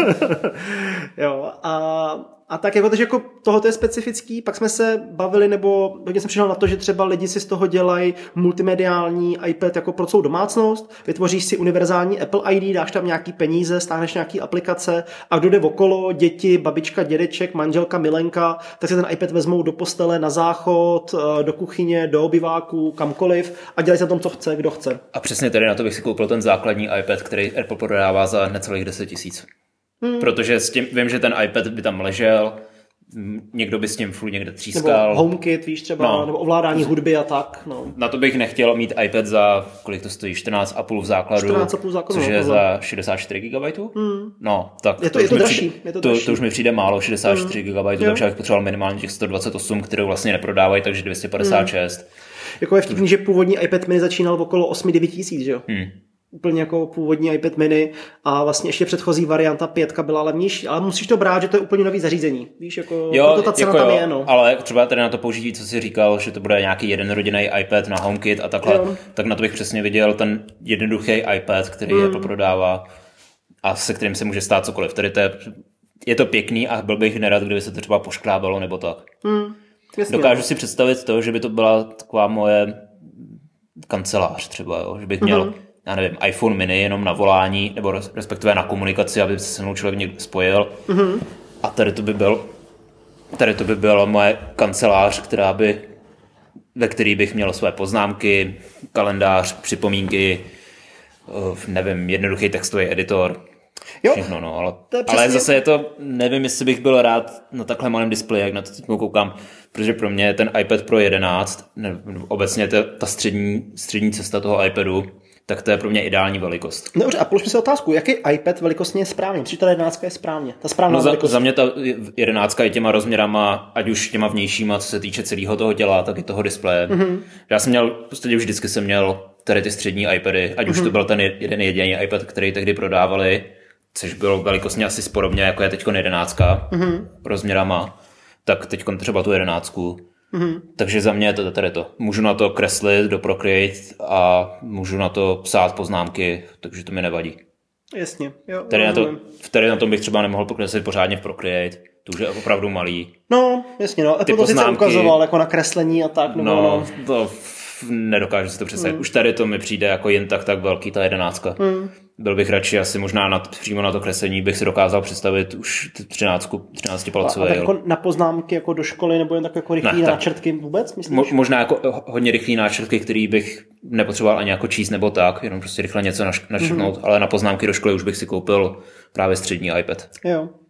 Jo, a tak jako, takže jako tohoto je specifický, pak jsme se bavili, nebo hodně jsem přišel na to, že třeba lidi si z toho dělají multimediální iPad jako pro celou domácnost, vytvoříš si univerzální Apple ID, dáš tam nějaký peníze, stáhneš nějaký aplikace a kdo jde okolo, děti, babička, dědeček, manželka, milenka, tak si ten iPad vezmou do postele, na záchod, do kuchyně, do obyváku, kamkoliv a dělají se na tom, co chce, kdo chce. A přesně tady na to bych si koupil ten základní iPad, který Apple prodává za necelých 10 000. Protože s tím, vím, že ten iPad by tam ležel, někdo by s tím furt někde třískal. Nebo HomeKit, víš, třeba, nebo ovládání hudby a tak. No. Na to bych nechtěl mít iPad za, kolik to stojí, 14,5 v základu, 14,5 základu, což je za 64 GB. No, tak je to dražší. To už mi přijde málo, 64 GB, takže bych potřeboval minimálně těch 128, kterou vlastně neprodávají, takže 256. Jako je vtipný, že původní iPad mini začínal okolo 8-9 tisíc, že jo? Úplně jako původní iPad mini a vlastně ještě předchozí varianta 5 byla levnější, ale musíš to brát, že to je úplně nový zařízení. Víš, jako to ta cena tam je, no. Ale třeba tady na to použití, co jsi říkal, že to bude nějaký jeden rodinný iPad na HomeKit a takhle, tak na to bych přesně viděl ten jednoduchý iPad, který Apple prodává a se kterým se může stát cokoliv. Tady je to pěkný a byl bych nerad, kdyby se to třeba poškrábalo nebo tak. Jasně, dokážu si představit to, že by to byla taková moje kancelář třeba, jo? Že bych měl já nevím, iPhone mini jenom na volání, nebo respektive na komunikaci, aby se mnou člověk někdo spojil. A tady to by byla moje kancelář, ve který bych měl své poznámky, kalendář, připomínky, nevím, jednoduchý textový editor. Všechno, no, ale zase je to, nevím, jestli bych byl rád na takhle malém displeji, jak na to teď koukám, protože pro mě ten iPad Pro 11, obecně ta střední cesta toho iPadu, tak to je pro mě ideální velikost. Dobře, a polož mi si otázku, jaký iPad velikostně je správně? Protože ta 11 je správně. Ta správná velikost. Za mě ta 11 je těma rozměrama, ať už těma vnějšíma, co se týče celého toho těla, tak i toho displeje. Já jsem měl, prostě vždycky jsem měl tady ty střední iPady, ať už to byl ten jeden jediný iPad, který tehdy prodávali, což bylo velikostně asi podobně, jako je teďkon 11 rozměrama, tak teďkon třeba tu 11. Takže za mě je to tady to. Můžu na to kreslit do Procreate a můžu na to psát poznámky, takže to mi nevadí. Jasně. Jo, tady na tom bych třeba nemohl pokreslit pořádně v Procreate. To už je opravdu malý. No, jasně, no. Apple to sice ukazoval jako na kreslení a tak. To nedokážu si to představit. Už tady to mi přijde jako jen tak velký, ta 11. Byl bych radši asi možná přímo na to kreslení bych si dokázal představit už 13 palcové. A tak jako na poznámky jako do školy nebo jen tak jako rychlý náčrtky vůbec, myslíš? Možná jako hodně rychlý náčrtky, který bych nepotřeboval ani jako číst nebo tak, jenom prostě rychle něco naškrtnout, ale na poznámky do školy už bych si koupil právě střední iPad. Jo.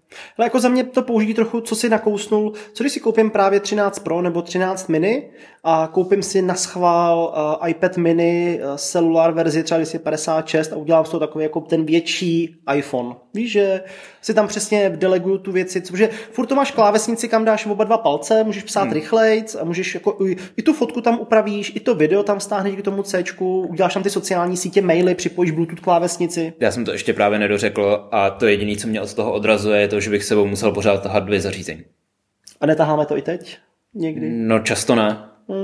Ale jako za mě to použití trochu, co si nakousnul, co když si koupím právě 13 Pro nebo 13 mini a koupím si na schvál iPad mini cellular verzi třeba 256 a udělám z toho takový jako ten větší iPhone. Víš, že si tam přesně deleguju tu věci, protože furt to máš klávesnici, kam dáš oba dva palce, můžeš psát rychlejc a můžeš jako i tu fotku tam upravíš, i to video tam stáhneš k tomu Cčku, uděláš tam ty sociální sítě, maily, připojíš Bluetooth klávesnici. Já jsem to ještě právě nedořekl a to jediné, co mě od toho odrazuje, je to, že bych sebou musel pořád tahat 2 zařízení. A netaháme to i teď? Někdy? No často ne.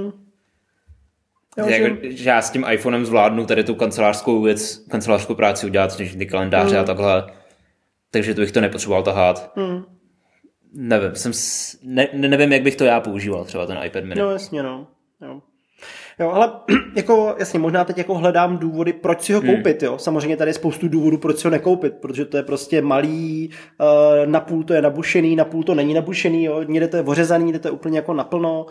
Že já s tím iPhonem zvládnu tady tu kancelářskou práci udělat, ty kalendáře a takhle. Takže to bych to nepotřeboval tahat. Nevím, nevím, jak bych to já používal, třeba ten iPad mini. No jasně, no. Jo, ale jako jasně, možná teď jako hledám důvody, proč si ho koupit, jo. Samozřejmě tady je spoustu důvodů, proč si ho nekoupit, protože to je prostě malý, napůl to je nabušený, napůl to není nabušený, jo. Někde to je ořezaný, někde to je úplně jako naplno.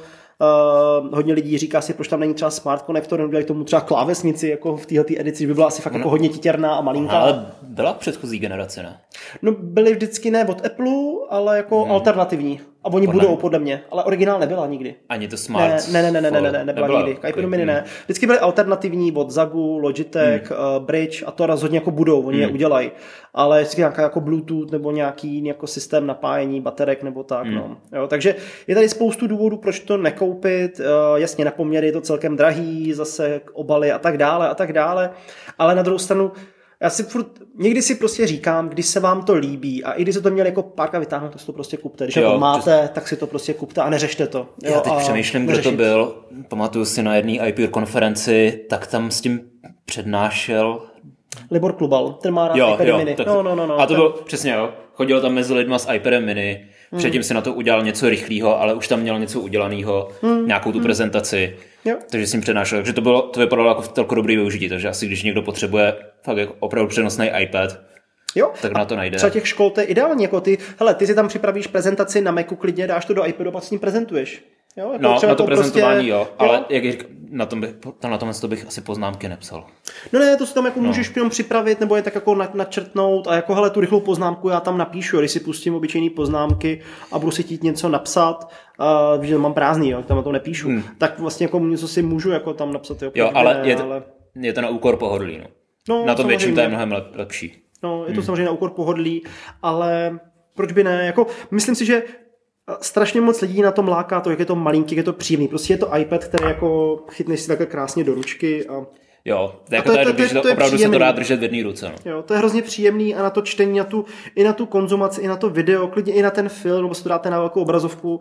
Hodně lidí říká si, proč tam není třeba smart konektor, neudělají k tomu třeba klávesnici, jako v této edici, že by byla asi fakt jako hodně titěrná a malinká. Ale byla v předchozí generaci, ne? No byly vždycky ne od Apple, ale jako alternativní. A oni budou, podle mě. Ale originál nebyla nikdy. Ani to smart. Ne, nebyla nikdy. K iPadu mini ne. Vždycky byly alternativní od Zagu, Logitech, Bridge a to rozhodně jako budou, oni je udělají. Ale vždycky nějaká jako Bluetooth nebo nějaký jako systém napájení baterek nebo tak. No. Jo, takže je tady spoustu důvodů, proč to nekoupit. Jasně, na poměry je to celkem drahý, zase obaly a tak dále. Ale na druhou stranu já si někdy si prostě říkám, když se vám to líbí a i když se to měli jako párka vytáhnout, tak si to prostě kupte. Když to máte, tak si to prostě kupte a neřešte to. Jo, já teď přemýšlím, kdo to byl. Pamatuju si na jedné iPure konferenci, tak tam s tím přednášel Libor Klubal, ten má rád iPad mini. Tak, a to bylo přesně, jo. Chodil tam mezi lidma s iPadem mini, předtím si na to udělal něco rychlého, ale už tam měl něco udělaného, nějakou tu prezentaci. Jo. Takže jsem přednášel. Takže to vypadalo jako celko dobrý využití. Takže asi když někdo potřebuje fakt jako opravdu přenosný iPad, tak na to najde. Třeba těch škol to je ideální. Jako ty si tam připravíš prezentaci na Macu, klidně dáš to do iPadu a s ním prezentuješ. Jo, jako no, na to prezentování prostě, ale jak říkám, na tomhle bych asi poznámky nepsal. No ne, to si tam jako můžeš jenom připravit, nebo je tak jako načrtnout a jako hele, tu rychlou poznámku já tam napíšu, když si pustím obyčejný poznámky a budu si chtít něco napsat, že mám prázdný, jo, tam na to nepíšu, tak vlastně jako něco si můžu jako tam napsat. Jo, ale je to na úkor pohodlí, no na to větším to je mnohem lepší. No, je to samozřejmě na úkor pohodlí, ale proč by ne, jako myslím si, že strašně moc lidí na tom láká to, jak je to malinký, jak je to příjemný. Prostě je to iPad, který jako chytneš si takhle krásně do ručky. Jo, to je dobrý, že to opravdu se to dá držet v jedné ruce. No. Jo, to je hrozně příjemný a na to čtení, i na tu konzumaci, i na to video, klidně i na ten film, nebo si to dáte na velkou obrazovku,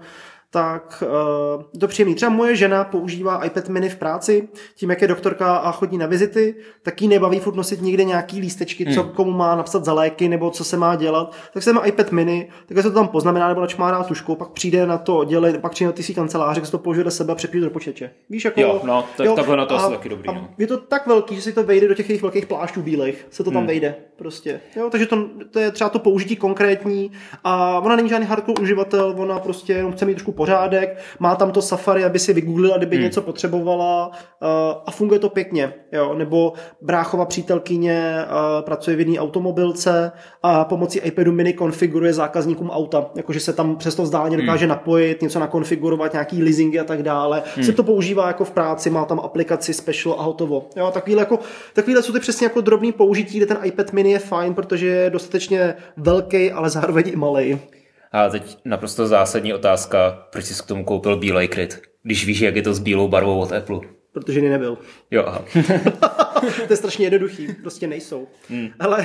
tak to příjemný. Třeba moje žena používá iPad mini v práci, tím, jak je doktorka a chodí na vizity, tak jí nebaví furt nosit někde nějaký lístečky, co komu má napsat za léky, nebo co se má dělat. Tak se má iPad mini, tak se to tam poznamená, nebo načmárá tuškou, pak přijde na to oddělit, pak přijde na ty svý kanceláře, se to použije do sebe a přepíše do počítače. Víš, jako, takhle na to asi taky dobrý. No. Je to tak velký, že si to vejde do těch jejich velkých plášťů bílejch, se to tam vejde prostě. Jo, takže to je třeba to použití konkrétní a ona není žádný hardcore uživatel, ona prostě jenom chce mít trošku pořádek, má tam to Safari, aby si vygooglila, kdyby něco potřebovala a funguje to pěkně. Jo? Nebo bráchova přítelkyně pracuje v jedné automobilce a pomocí iPadu mini konfiguruje zákazníkům auta, jakože se tam přesto vzdáleně dokáže napojit, něco nakonfigurovat, nějaký leasingy a tak dále. Se to používá jako v práci, má tam aplikaci special a hotovo. Jo? Takovýhle jsou ty přesně jako drobný použití, kde ten iPad mini je fajn, protože je dostatečně velký, ale zároveň i malej. A teď naprosto zásadní otázka, proč jsi k tomu koupil bílej kryt, když víš, jak je to s bílou barvou od Apple? Protože nebyl. Jo, aha. To je strašně jednoduchý, prostě nejsou. Ale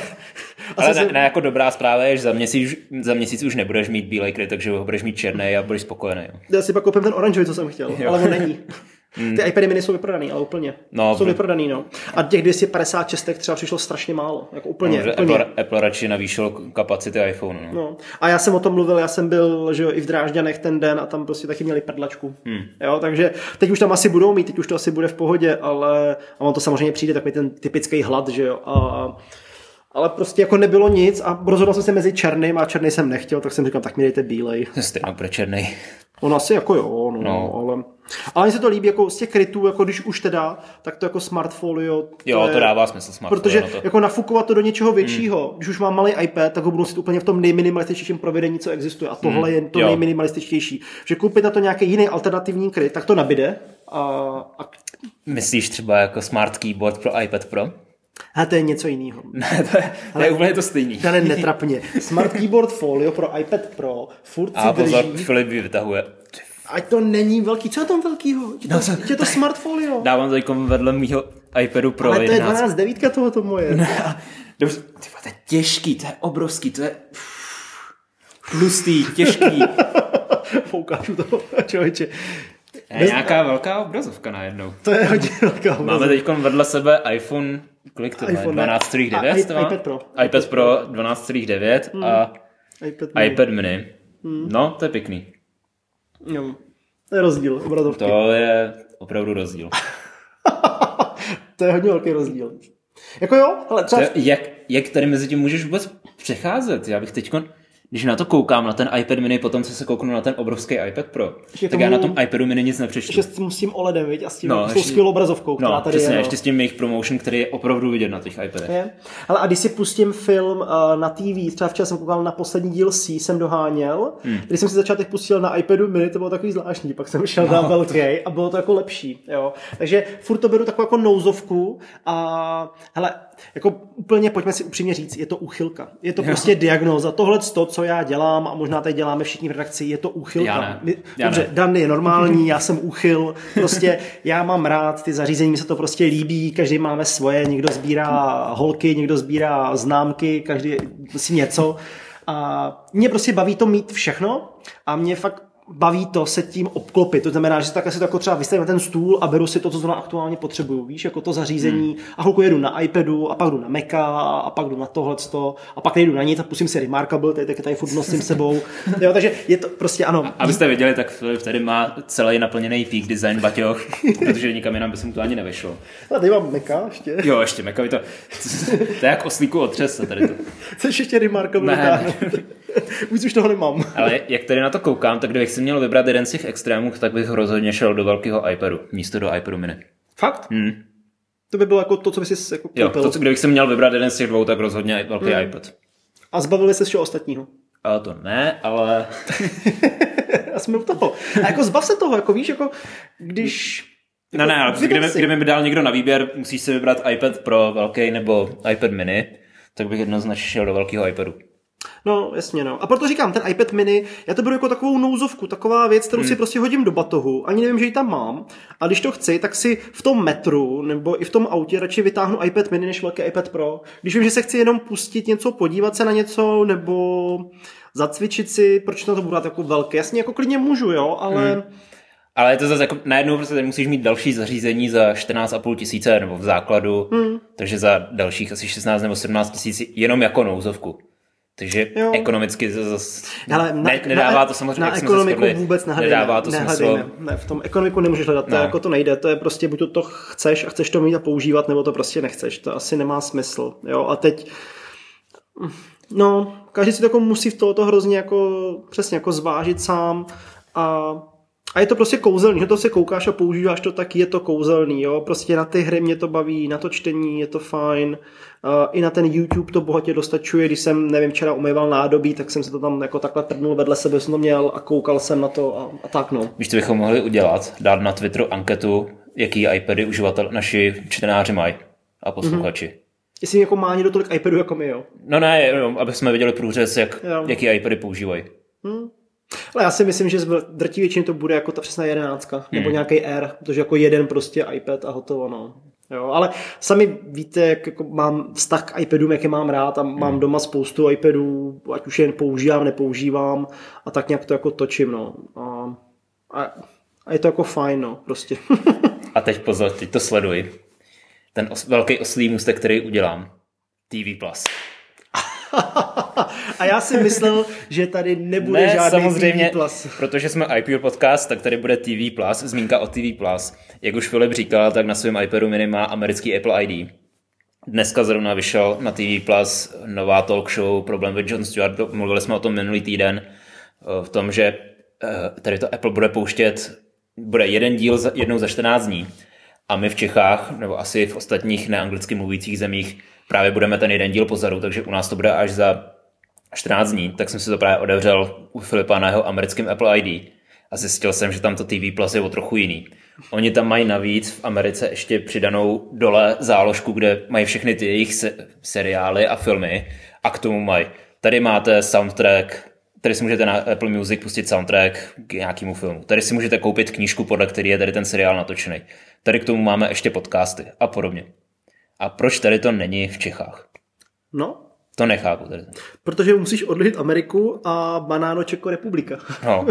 ne, jako dobrá zpráva je, že za měsíc už nebudeš mít bílej kryt, takže ho budeš mít černý a budeš spokojený. Jo. Já si pak koupím ten oranžový, co jsem chtěl, ale on není. Ty iPady mini jsou vyprodaný, ale úplně. Jsou vyprodaný, no. A těch 256 třeba přišlo strašně málo. Jako úplně. Apple radši navýšil kapacity iPhoneu. No. A já jsem o tom mluvil, já jsem byl i v Drážďanech ten den a tam prostě taky měli prdlačku. Jo, takže teď už tam asi budou mít, teď už to asi bude v pohodě, ale a on to samozřejmě přijde takový ten typický hlad, že jo. Ale prostě jako nebylo nic a rozhodl jsem se mezi černým a černý jsem nechtěl, tak jsem říkal, tak mi dejte bílej. Stejně pro černý. On asi jako jo, ale mně se to líbí jako z těch krytů, jako když už teda, tak to jako Smart Folio. To dává smysl, Smart protože Folio. Jako nafukovat to do něčeho většího. Když už mám malý iPad, tak ho budu si úplně v tom nejminimalističtějším provedení, co existuje. A tohle je to nejminimalističtější. Že koupit na to nějaký jiný alternativní kryt, tak to nabide. Myslíš třeba jako Smart Keyboard pro iPad Pro? A to je něco jiného. Ne, to je úplně to stejný. Ale netrapně. Smart Keyboard Folio pro iPad Pro furt si drží. Pozor, Filip vytahuje. Ať to není velký. Co je tam velkýho? Je to Smart Folio. Dávám to vedle mýho iPadu Pro. Ale to je 12.9 tohoto moje. Dobře, to je těžký, to je obrovský, to je tlustý, těžký. Poukážu to, člověče. Nějaká velká obrazovka najednou. To je hodně velká obrazovka. Máme teď vedle sebe iPhone, kolik to má? 12,9? iPad Pro. iPad Pro 12,9 a iPad mini. No, to je pěkný. No, to je rozdíl obrazovky. To je opravdu rozdíl. To je hodně velký rozdíl. Jako jo, ale třeba... Jak tady mezi tím můžeš vůbec přecházet? Já bych teďkon, když na to koukám, na ten iPad mini, potom se kouknu na ten obrovský iPad Pro, tak já na tom iPadu mini nic nepřečtu. Ještě s tím OLEDem, viď? A s tím s tou skvělou obrazovkou, která tady přesně, je. Ještě s tím jejich promotion, který je opravdu vidět na těch iPadech. Je. Ale a když si pustím film na TV, třeba včera jsem koukal na poslední díl jsem doháněl, když jsem si začal teď pustil na iPadu mini, to bylo takový zvláštní, pak jsem šel na velký a bylo to jako lepší. Jo. Takže furt to beru takovou jako nouzovku a hele, jako úplně pojďme si upřímně říct, je to úchylka. Je to prostě diagnóza. Tohle to, co já dělám, a možná tady děláme všichni v redakci, je to úchylka. Dobře, Dan je normální, já jsem úchyl. Prostě já mám rád ty zařízení, mi se to prostě líbí, každý máme svoje, někdo sbírá holky, někdo sbírá známky, každý si něco. A mě prostě baví to mít všechno a mě fakt baví to se tím obklopit. To znamená, že si tak asi to jako třeba vystavím na ten stůl a beru si to, co zrovna aktuálně potřebuju. Víš, jako to zařízení a chvilku jedu na iPadu a pak jdu na Maca a pak jdu na tohleto a pak nejdu na nic a pustím si Remarkable, tady furt nosím sebou. Jo, takže je to prostě ano. Abyste věděli, tak Filip tady má celý naplněný peak design baťoch, protože nikam jinam by se mu to ani nevyšlo. A tady mám Maca ještě. Jo, ještě Maca, to je jak oslíku otřes tady to. Chceš ještě Remarkable? Víc už toho nemám. Ale jak tady na to koukám, tak kdybych si měl vybrat jeden z těch extrémů, tak bych rozhodně šel do velkého iPadu, místo do iPadu mini. Fakt? To by bylo jako to, co by si jako koupil. Jo, kdybych si měl vybrat jeden z těch dvou, tak rozhodně velký iPad. A zbavili se všeho ostatního? Ale to ne, ale... Já jsme u toho. A jako zbav se toho, jako víš, jako když... Jako, ne, ale kdyby mi dal někdo na výběr, musíš si vybrat iPad Pro velký nebo iPad mini, tak bych jednoznačně šel do velkého iPadu. No, jasně, no. A proto říkám, ten iPad mini, já to beru jako takovou nouzovku, taková věc, kterou si prostě hodím do batohu, ani nevím, že ji tam mám. A když to chci, tak si v tom metru nebo i v tom autě radši vytáhnu iPad mini než velký iPad Pro. Když vím, že se chci jenom pustit něco, podívat se na něco, nebo zacvičit si, proč na to budu dát jako velké. Jasně, jako klidně můžu, jo, ale... Ale je to zase jako najednou prostě musíš mít další zařízení za 14,5 tisíce nebo v základu, takže za dalších asi 16 nebo 17 tisíc jenom jako nouzovku. Takže ekonomicky zase nedává to samozřejmě. Na ekonomiku vůbec nehledejme. Nedává to smysl. Ne, v tom ekonomiku nemůžeš hledat, to, jako to nejde. To je prostě buď to chceš a chceš to mít a používat, nebo to prostě nechceš. To asi nemá smysl. Jo? A teď každý si to jako musí v tohoto hrozně jako přesně jako zvážit sám a je to prostě kouzelný, že to si koukáš a používáš to, tak je to kouzelný, jo, prostě na ty hry mě to baví, na to čtení je to fajn, i na ten YouTube to bohatě dostačuje, když jsem, nevím, včera umýval nádobí, tak jsem se to tam jako takhle prdnul vedle sebe, jsem to měl a koukal jsem na to a tak, no. Víš, co bychom mohli udělat? Dát na Twitteru anketu, jaký iPady uživatel naši čtenáři mají a posluchači. Jestli jako má někdo tolik iPadů jako my, jo? No ne, aby jsme viděli průřez, jaký iPady používají. Ale já si myslím, že z drtí většiny to bude jako ta přesná 11 nebo nějaký R, protože jako jeden prostě iPad a hotovo, no. Jo, ale sami víte, jak jako mám vztah k iPadům, jak je mám rád a mám doma spoustu iPadů, ať už je nepoužívám, nepoužívám a tak nějak to jako točím, no. A je to jako fajn, no, prostě. A teď pozor, teď to sleduj. Ten velký oslý můstek, který udělám. TV+. A já si myslel, že tady nebude žádný samozřejmě, TV+. Protože jsme iPure podcast, tak tady bude TV+, zmínka o TV+. Jak už Filip říkal, tak na svém iPadu mini má americký Apple ID. Dneska zrovna vyšel na TV+, nová talk show Problém with Jon Stewart, mluvili jsme o tom minulý týden, v tom, že tady to Apple bude pouštět, bude jeden díl jednou za 14 dní a my v Čechách, nebo asi v ostatních neanglicky mluvících zemích právě budeme ten jeden díl pozadu, takže u nás to bude až za 14 dní, tak jsem si to právě otevřel u Filipa na jeho americkém Apple ID a zjistil jsem, že tam to TV Plus je o trochu jiný. Oni tam mají navíc v Americe ještě přidanou dole záložku, kde mají všechny ty jejich seriály a filmy a k tomu mají. Tady máte soundtrack, tady si můžete na Apple Music pustit soundtrack k nějakému filmu. Tady si můžete koupit knížku, podle který je tady ten seriál natočený. Tady k tomu máme ještě podcasty a podobně. A proč tady to není v Čechách? No, to nechápu tady. Protože musíš odlišit Ameriku a banáno Čeko republika. No.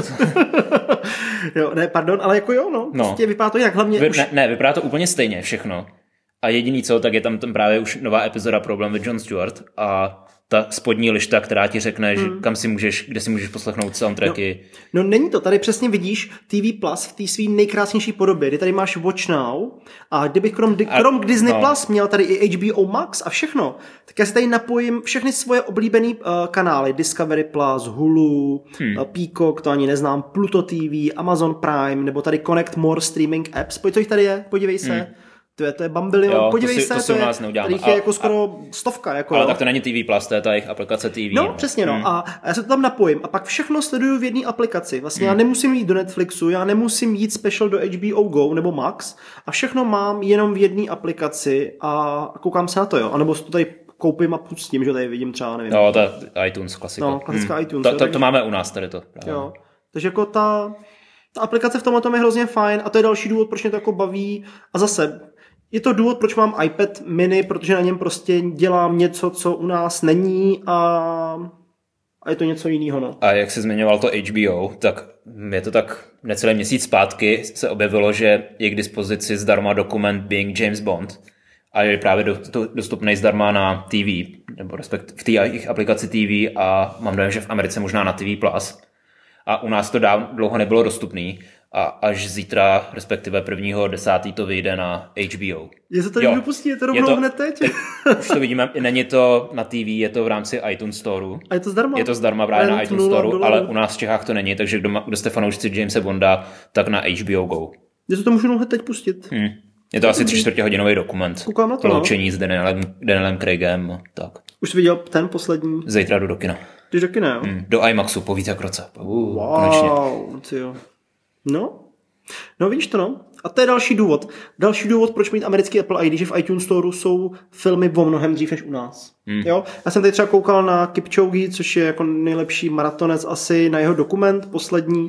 Jo, ne, pardon, ale jako jo, no. Prostě vypadá to jinak. Hlavně ne, vypadá to úplně stejně všechno. A jediný co, tak je tam právě už nová epizoda Problém with Jon Stewart a ta spodní lišta, která ti řekne, že kde si můžeš poslechnout soundtracky. No není to, tady přesně vidíš TV Plus v té svý nejkrásnější podobě, kdy tady máš Watch Now a kdybych krom Disney Plus měl tady i HBO Max a všechno, tak já si tady napojím všechny svoje oblíbené kanály, Discovery Plus, Hulu, Peacock, to ani neznám, Pluto TV, Amazon Prime, nebo tady Connect More streaming apps, pojď, co jich tady je, podívej se. To je bambilion, podívej se, to je jako skoro 100. Jako, ale tak to není TV Plus, to je ta jejich aplikace TV. No, přesně, no. A já se to tam napojím a pak všechno sleduju v jedné aplikaci. Vlastně já nemusím jít do Netflixu, já nemusím jít special do HBO Go nebo Max a všechno mám jenom v jedné aplikaci a koukám se na to, jo. A nebo to tady koupím a pustím, že tady vidím třeba, nevím. No, to je iTunes, klasika. No, klasická iTunes. To máme u nás tady to. Právě. Jo. Takže jako ta aplikace v tomhle tom je hrozně fajn a to je další důvod, proč mě to jako baví. A zase je to důvod, proč mám iPad mini, protože na něm prostě dělám něco, co u nás není a je to něco jiného. No. A jak jsi zmiňoval to HBO, tak je to tak necelý měsíc zpátky se objevilo, že je k dispozici zdarma dokument Being James Bond a je právě dostupný zdarma na TV, nebo v té jejich aplikaci TV a mám dojem, že v Americe možná na TV Plus. A u nás to dlouho nebylo dostupný a až zítra, respektive 1.10. to vyjde na HBO. Je to tady vypustí, je to rovnou hned teď? Už to vidíme, není to na TV, je to v rámci iTunes Storeu. A je to zdarma? Je to zdarma právě na iTunes Storeu, ale u nás v Čechách to není, takže kdo jste fanoušci Jamesa Bonda, tak na HBO Go. Je to můžu hned teď pustit. Je to asi 3/4 hodinový dokument. Koukám na to, loučení s Danielem Craigem. Tak. Už jsi viděl ten poslední? Zítra jdu do kina. Jdeš do kina, jo? Do IMAXu, po více jak roce. Wow, tyjo. No vidíš to, no. A to je další důvod. Další důvod, proč mít americký Apple ID, že v iTunes Storeu jsou filmy o mnohem dřív než u nás. Jo? Já jsem tady třeba koukal na Kipchoge, což je jako nejlepší maratonec asi, na jeho dokument poslední,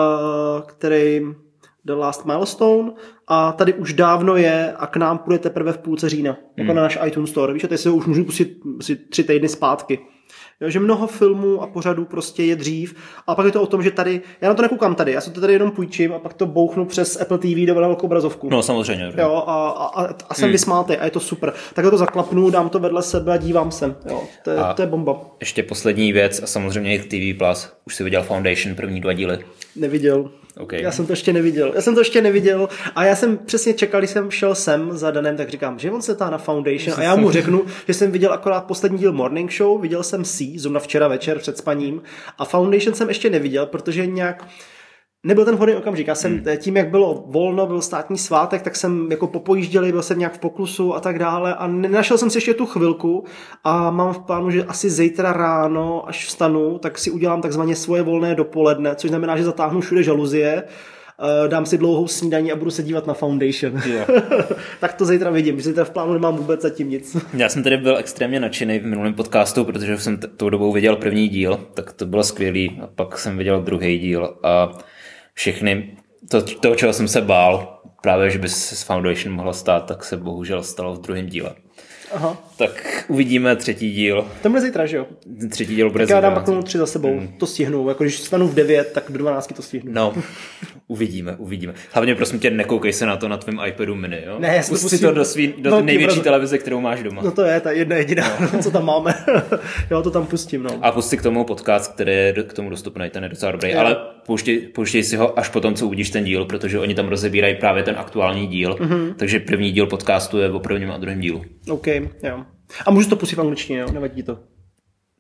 který The Last Milestone, a tady už dávno je a k nám půjde teprve v půlce října, jako na náš iTunes Store. Víš, a teď si ho už můžu pustit asi 3 týdny zpátky. Jo, že mnoho filmů a pořadů prostě je dřív. A pak je to o tom, že tady, já na to nekoukám tady, já se to tady jenom půjčím a pak to bouchnu přes Apple TV do velkou obrazovku. No samozřejmě. Jo, a jsem vysmátej a je to super. Tak to zaklapnu, dám to vedle sebe a dívám se. Jo, to je bomba. Ještě poslední věc a samozřejmě i TV Plus. Už jsi viděl Foundation, první 2 díly? Neviděl. Okay. Já jsem to ještě neviděl a já jsem přesně čekal, když jsem šel sem za Danem, tak říkám, že on se tá na Foundation a já mu řeknu, že jsem viděl akorát poslední díl Morning Show, viděl jsem zrovna včera večer před spaním a Foundation jsem ještě neviděl, protože nějak nebyl ten vhodný okamžik. Já jsem tím, jak bylo volno, byl státní svátek, tak jsem jako popojížděli, byl jsem nějak v poklusu a tak dále a nenašel jsem si ještě tu chvilku a mám v plánu, že asi zítra ráno, až vstanu, tak si udělám takzvaně svoje volné dopoledne, což znamená, že zatáhnu všude žaluzie, dám si dlouhou snídaní a budu se dívat na Foundation. Tak to zítra vidím, že zítra v plánu nemám vůbec zatím nic. Já jsem tady byl extrémně nadšený v minulém podcastu, protože jsem tou dobou viděl první díl, tak to bylo skvělý a pak jsem viděl druhý díl a všechny to, čeho jsem se bál, právě, že by se s Foundation mohlo stát, tak se bohužel stalo v druhém díle. Aha. Tak uvidíme 3. díl. To bude zítra, že jo? 3. díl bude zítra. Já dám pak 3 za sebou, to stihnu. Jako když stanu v 9, tak do 12 to stihnu. No, uvidíme. Hlavně prosím tě, nekoukej se na to na tvém iPadu mini, jo? Ne, pust si to do největší televize, kterou máš doma. No to je ta jedna jediná, co tam máme. Jo, to tam pustím, no. A pusti k tomu podcast, který je k tomu dostupný, ten je docela dobrý, ale pouštěj si ho až potom, co uvidíš ten díl, protože oni tam rozebírají právě ten aktuální díl, takže první díl podcastu je o prvním a druhém dílu. OK, jo. A můžu to pustit v angličtině, jo? Nevadí to?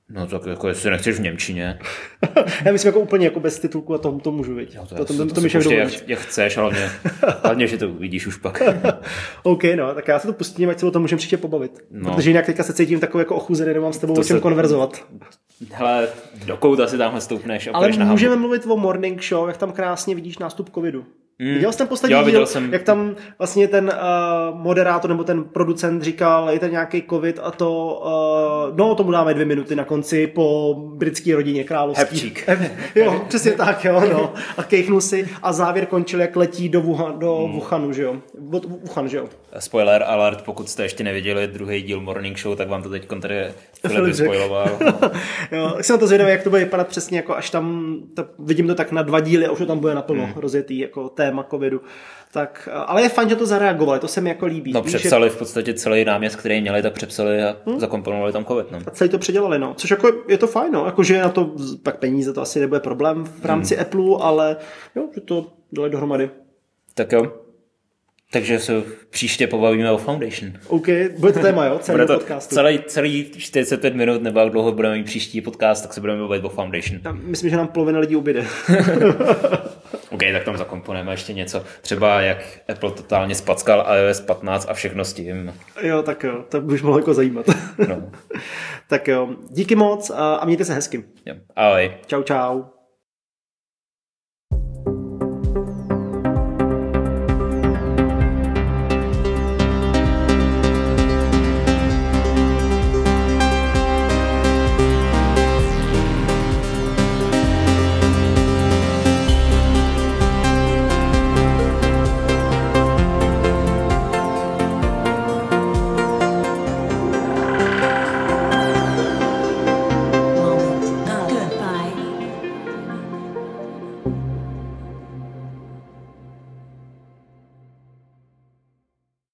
No tak jako jestli nechceš v němčině. Já myslím jako úplně jako bez titulku a to můžu vidět. Jo, to mi jak chceš, ale hlavně, že to uvidíš už pak. OK, no, tak já se to pustím, ať se o tom můžeme příště pobavit. No. Protože jinak teďka se cítím takový jako ochuzený, nemám s tebou o čem konverzovat. Hele, do kouta si tamhle stoupneš a ale můžeme mluvit o morning show, jak tam krásně vidíš nástup covidu. Viděl jsi ten poslední díl, jak tam vlastně ten moderátor nebo ten producent říkal, je ten nějaký covid a to, no tomu dáme 2 minuty na konci po britské rodině královský. Hepčík. Jo, přesně tak, jo, no. A kejchnu si a závěr končil, jak letí do Wuhanu, že jo. Wuhan, že jo. Spoiler alert, pokud jste ještě neviděli druhý díl Morning Show, tak vám to teď tady Filip spoiloval. Jo, jsem na to zvědavý, jak to bude vypadat přesně, jako až tam, vidím to tak na 2 díly a už to tam bude naplno rozjetý, jako téma covidu. Tak, ale je fajn, že to zareagovali, to se mi jako líbí. No přepsali v podstatě celý náměst, který měli, tak přepsali a zakomponovali tam covid. No. A celý to předělali, no. Což jako je to fajn, no. Jakože na to tak peníze to asi nebude problém v rámci Apple, ale jo, že to dali dohromady. Tak jo. Takže se příště pobavíme o Foundation. OK, bude to téma, jo? Celý podcastu. Celý 45 minut, nebo jak dlouho budeme mít příští podcast, tak se budeme bavit o Foundation. Já myslím, že nám polovina lidí ubyde. OK, tak tam zakomponujeme ještě něco. Třeba jak Apple totálně spackal iOS 15 a všechno s tím. Jo, tak jo, to by už mohlo jako zajímat. No. Tak jo, díky moc a mějte se hezky. Jo, ahoj. Čau, čau.